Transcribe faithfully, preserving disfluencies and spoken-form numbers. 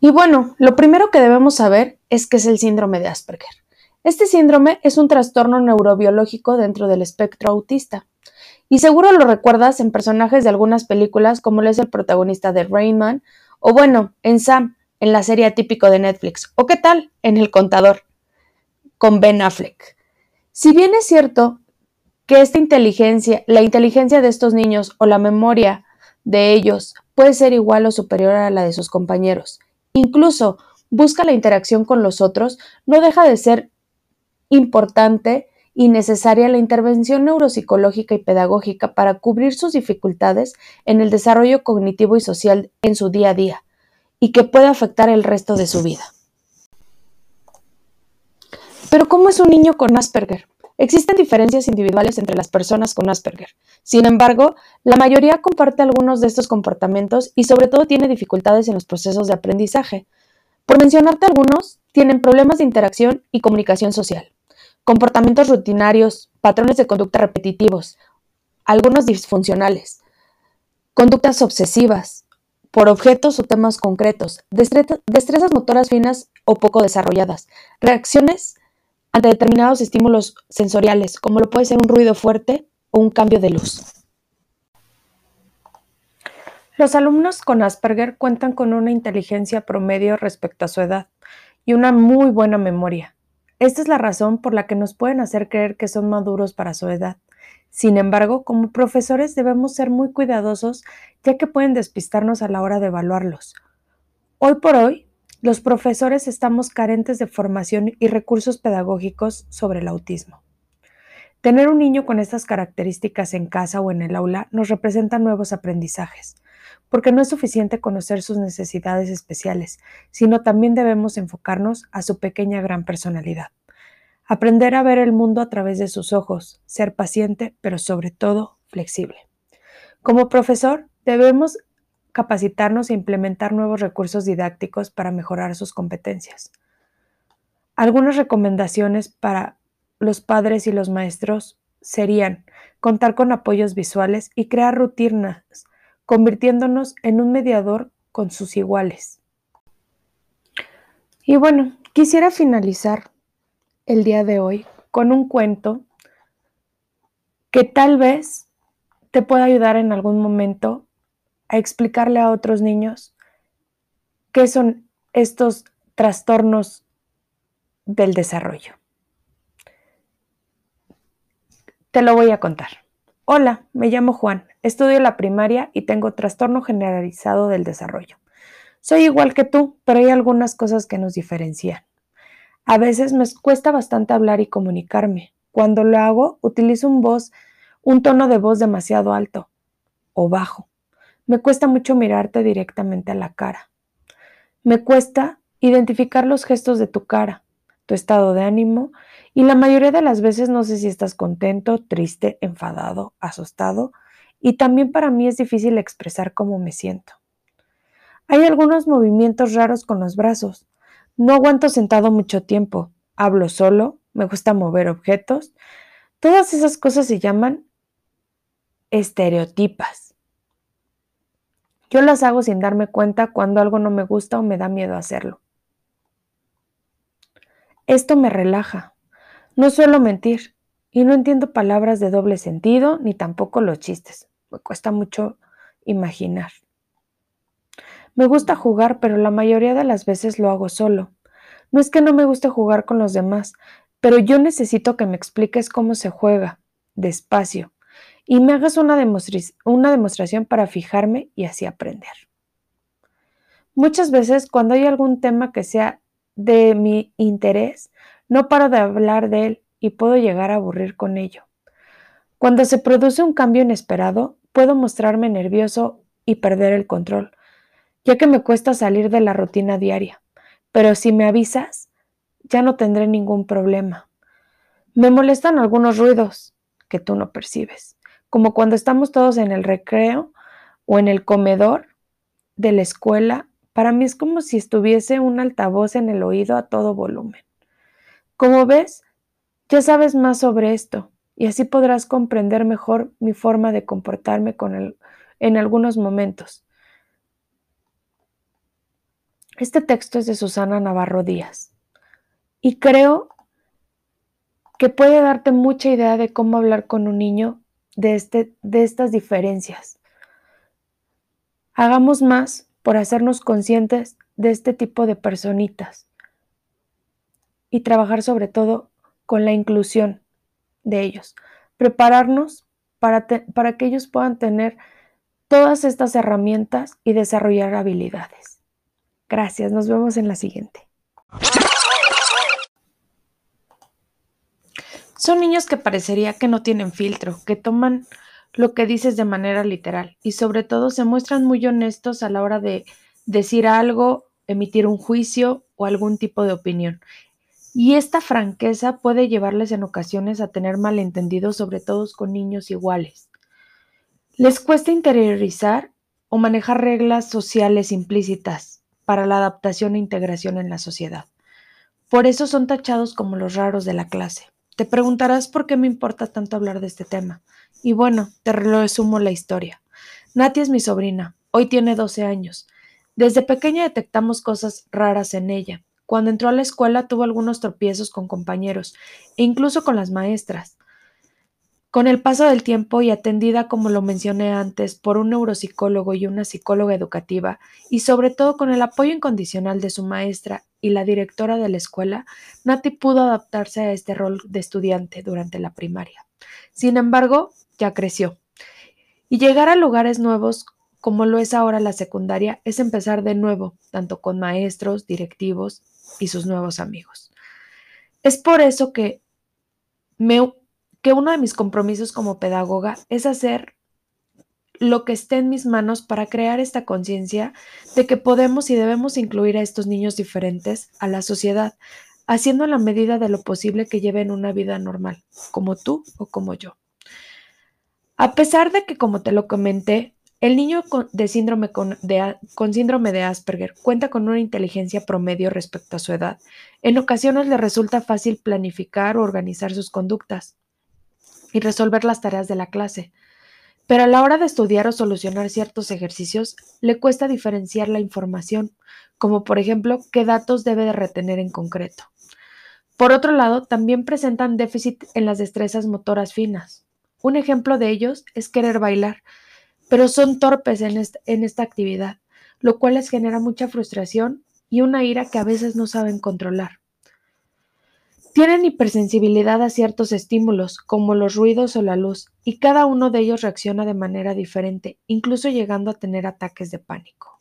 Y bueno, lo primero que debemos saber es qué es el síndrome de Asperger. Este síndrome es un trastorno neurobiológico dentro del espectro autista. Y seguro lo recuerdas en personajes de algunas películas como lo es el protagonista de Rain Man, o bueno, en Sam, en la serie típico de Netflix, o qué tal, en El Contador, con Ben Affleck. Si bien es cierto que esta inteligencia, la inteligencia de estos niños o la memoria de ellos puede ser igual o superior a la de sus compañeros, incluso busca la interacción con los otros, no deja de ser importante y necesaria la intervención neuropsicológica y pedagógica para cubrir sus dificultades en el desarrollo cognitivo y social en su día a día y que puede afectar el resto de su vida. Pero ¿cómo es un niño con Asperger? Existen diferencias individuales entre las personas con Asperger. Sin embargo, la mayoría comparte algunos de estos comportamientos y sobre todo tiene dificultades en los procesos de aprendizaje. Por mencionarte algunos, tienen problemas de interacción y comunicación social, comportamientos rutinarios, patrones de conducta repetitivos, algunos disfuncionales, conductas obsesivas por objetos o temas concretos, destrezas motoras finas o poco desarrolladas, reacciones ante determinados estímulos sensoriales, como lo puede ser un ruido fuerte o un cambio de luz. Los alumnos con Asperger cuentan con una inteligencia promedio respecto a su edad y una muy buena memoria. Esta es la razón por la que nos pueden hacer creer que son maduros para su edad. Sin embargo, como profesores debemos ser muy cuidadosos, ya que pueden despistarnos a la hora de evaluarlos. Hoy por hoy, los profesores estamos carentes de formación y recursos pedagógicos sobre el autismo. Tener un niño con estas características en casa o en el aula nos representa nuevos aprendizajes, porque no es suficiente conocer sus necesidades especiales, sino también debemos enfocarnos a su pequeña gran personalidad. Aprender a ver el mundo a través de sus ojos, ser paciente, pero sobre todo flexible. Como profesor, debemos capacitarnos e implementar nuevos recursos didácticos para mejorar sus competencias. Algunas recomendaciones para los padres y los maestros serían contar con apoyos visuales y crear rutinas, convirtiéndonos en un mediador con sus iguales. Y bueno, quisiera finalizar el día de hoy con un cuento que tal vez te pueda ayudar en algún momento a explicarle a otros niños qué son estos trastornos del desarrollo. Te lo voy a contar. Hola, me llamo Juan, estudio la primaria y tengo trastorno generalizado del desarrollo. Soy igual que tú, pero hay algunas cosas que nos diferencian. A veces me cuesta bastante hablar y comunicarme. Cuando lo hago, utilizo un voz, un tono de voz demasiado alto o bajo. Me cuesta mucho mirarte directamente a la cara. Me cuesta identificar los gestos de tu cara, tu estado de ánimo, y la mayoría de las veces no sé si estás contento, triste, enfadado, asustado, y también para mí es difícil expresar cómo me siento. Hay algunos movimientos raros con los brazos. No aguanto sentado mucho tiempo. Hablo solo, me gusta mover objetos. Todas esas cosas se llaman estereotipas. Yo las hago sin darme cuenta cuando algo no me gusta o me da miedo hacerlo. Esto me relaja. No suelo mentir y no entiendo palabras de doble sentido ni tampoco los chistes. Me cuesta mucho imaginar. Me gusta jugar, pero la mayoría de las veces lo hago solo. No es que no me guste jugar con los demás, pero yo necesito que me expliques cómo se juega, despacio, y me hagas una, demostra- una demostración para fijarme y así aprender. Muchas veces, cuando hay algún tema que sea de mi interés, no paro de hablar de él y puedo llegar a aburrir con ello. Cuando se produce un cambio inesperado, puedo mostrarme nervioso y perder el control, ya que me cuesta salir de la rutina diaria. Pero si me avisas, ya no tendré ningún problema. Me molestan algunos ruidos que tú no percibes, como cuando estamos todos en el recreo o en el comedor de la escuela. Para mí es como si estuviese un altavoz en el oído a todo volumen. Como ves, ya sabes más sobre esto y así podrás comprender mejor mi forma de comportarme con el, en algunos momentos. Este texto es de Susana Navarro Díaz y creo que puede darte mucha idea de cómo hablar con un niño de, este, de estas diferencias. Hagamos más por hacernos conscientes de este tipo de personitas y trabajar sobre todo con la inclusión de ellos. Prepararnos para, te, para que ellos puedan tener todas estas herramientas y desarrollar habilidades. Gracias, nos vemos en la siguiente. Son niños que parecería que no tienen filtro, que toman lo que dices de manera literal y sobre todo se muestran muy honestos a la hora de decir algo, emitir un juicio o algún tipo de opinión. Y esta franqueza puede llevarles en ocasiones a tener malentendidos, sobre todo con niños iguales. Les cuesta interiorizar o manejar reglas sociales implícitas para la adaptación e integración en la sociedad. Por eso son tachados como los raros de la clase. Te preguntarás por qué me importa tanto hablar de este tema. Y bueno, te resumo la historia. Nati es mi sobrina. Hoy tiene doce años. Desde pequeña detectamos cosas raras en ella. Cuando entró a la escuela tuvo algunos tropiezos con compañeros e incluso con las maestras. Con el paso del tiempo y atendida, como lo mencioné antes, por un neuropsicólogo y una psicóloga educativa, y sobre todo con el apoyo incondicional de su maestra y la directora de la escuela, Nati pudo adaptarse a este rol de estudiante durante la primaria. Sin embargo, ya creció. Y llegar a lugares nuevos, como lo es ahora la secundaria, es empezar de nuevo, tanto con maestros, directivos y sus nuevos amigos. Es por eso que me que uno de mis compromisos como pedagoga es hacer lo que esté en mis manos para crear esta conciencia de que podemos y debemos incluir a estos niños diferentes a la sociedad, haciendo en la medida de lo posible que lleven una vida normal, como tú o como yo. A pesar de que, como te lo comenté, el niño con, de síndrome con, de, con síndrome de Asperger cuenta con una inteligencia promedio respecto a su edad, en ocasiones le resulta fácil planificar o organizar sus conductas y resolver las tareas de la clase. Pero a la hora de estudiar o solucionar ciertos ejercicios, le cuesta diferenciar la información, como por ejemplo qué datos debe de retener en concreto. Por otro lado, también presentan déficit en las destrezas motoras finas. Un ejemplo de ellos es querer bailar, pero son torpes en, est- en esta actividad, lo cual les genera mucha frustración y una ira que a veces no saben controlar. Tienen hipersensibilidad a ciertos estímulos, como los ruidos o la luz, y cada uno de ellos reacciona de manera diferente, incluso llegando a tener ataques de pánico.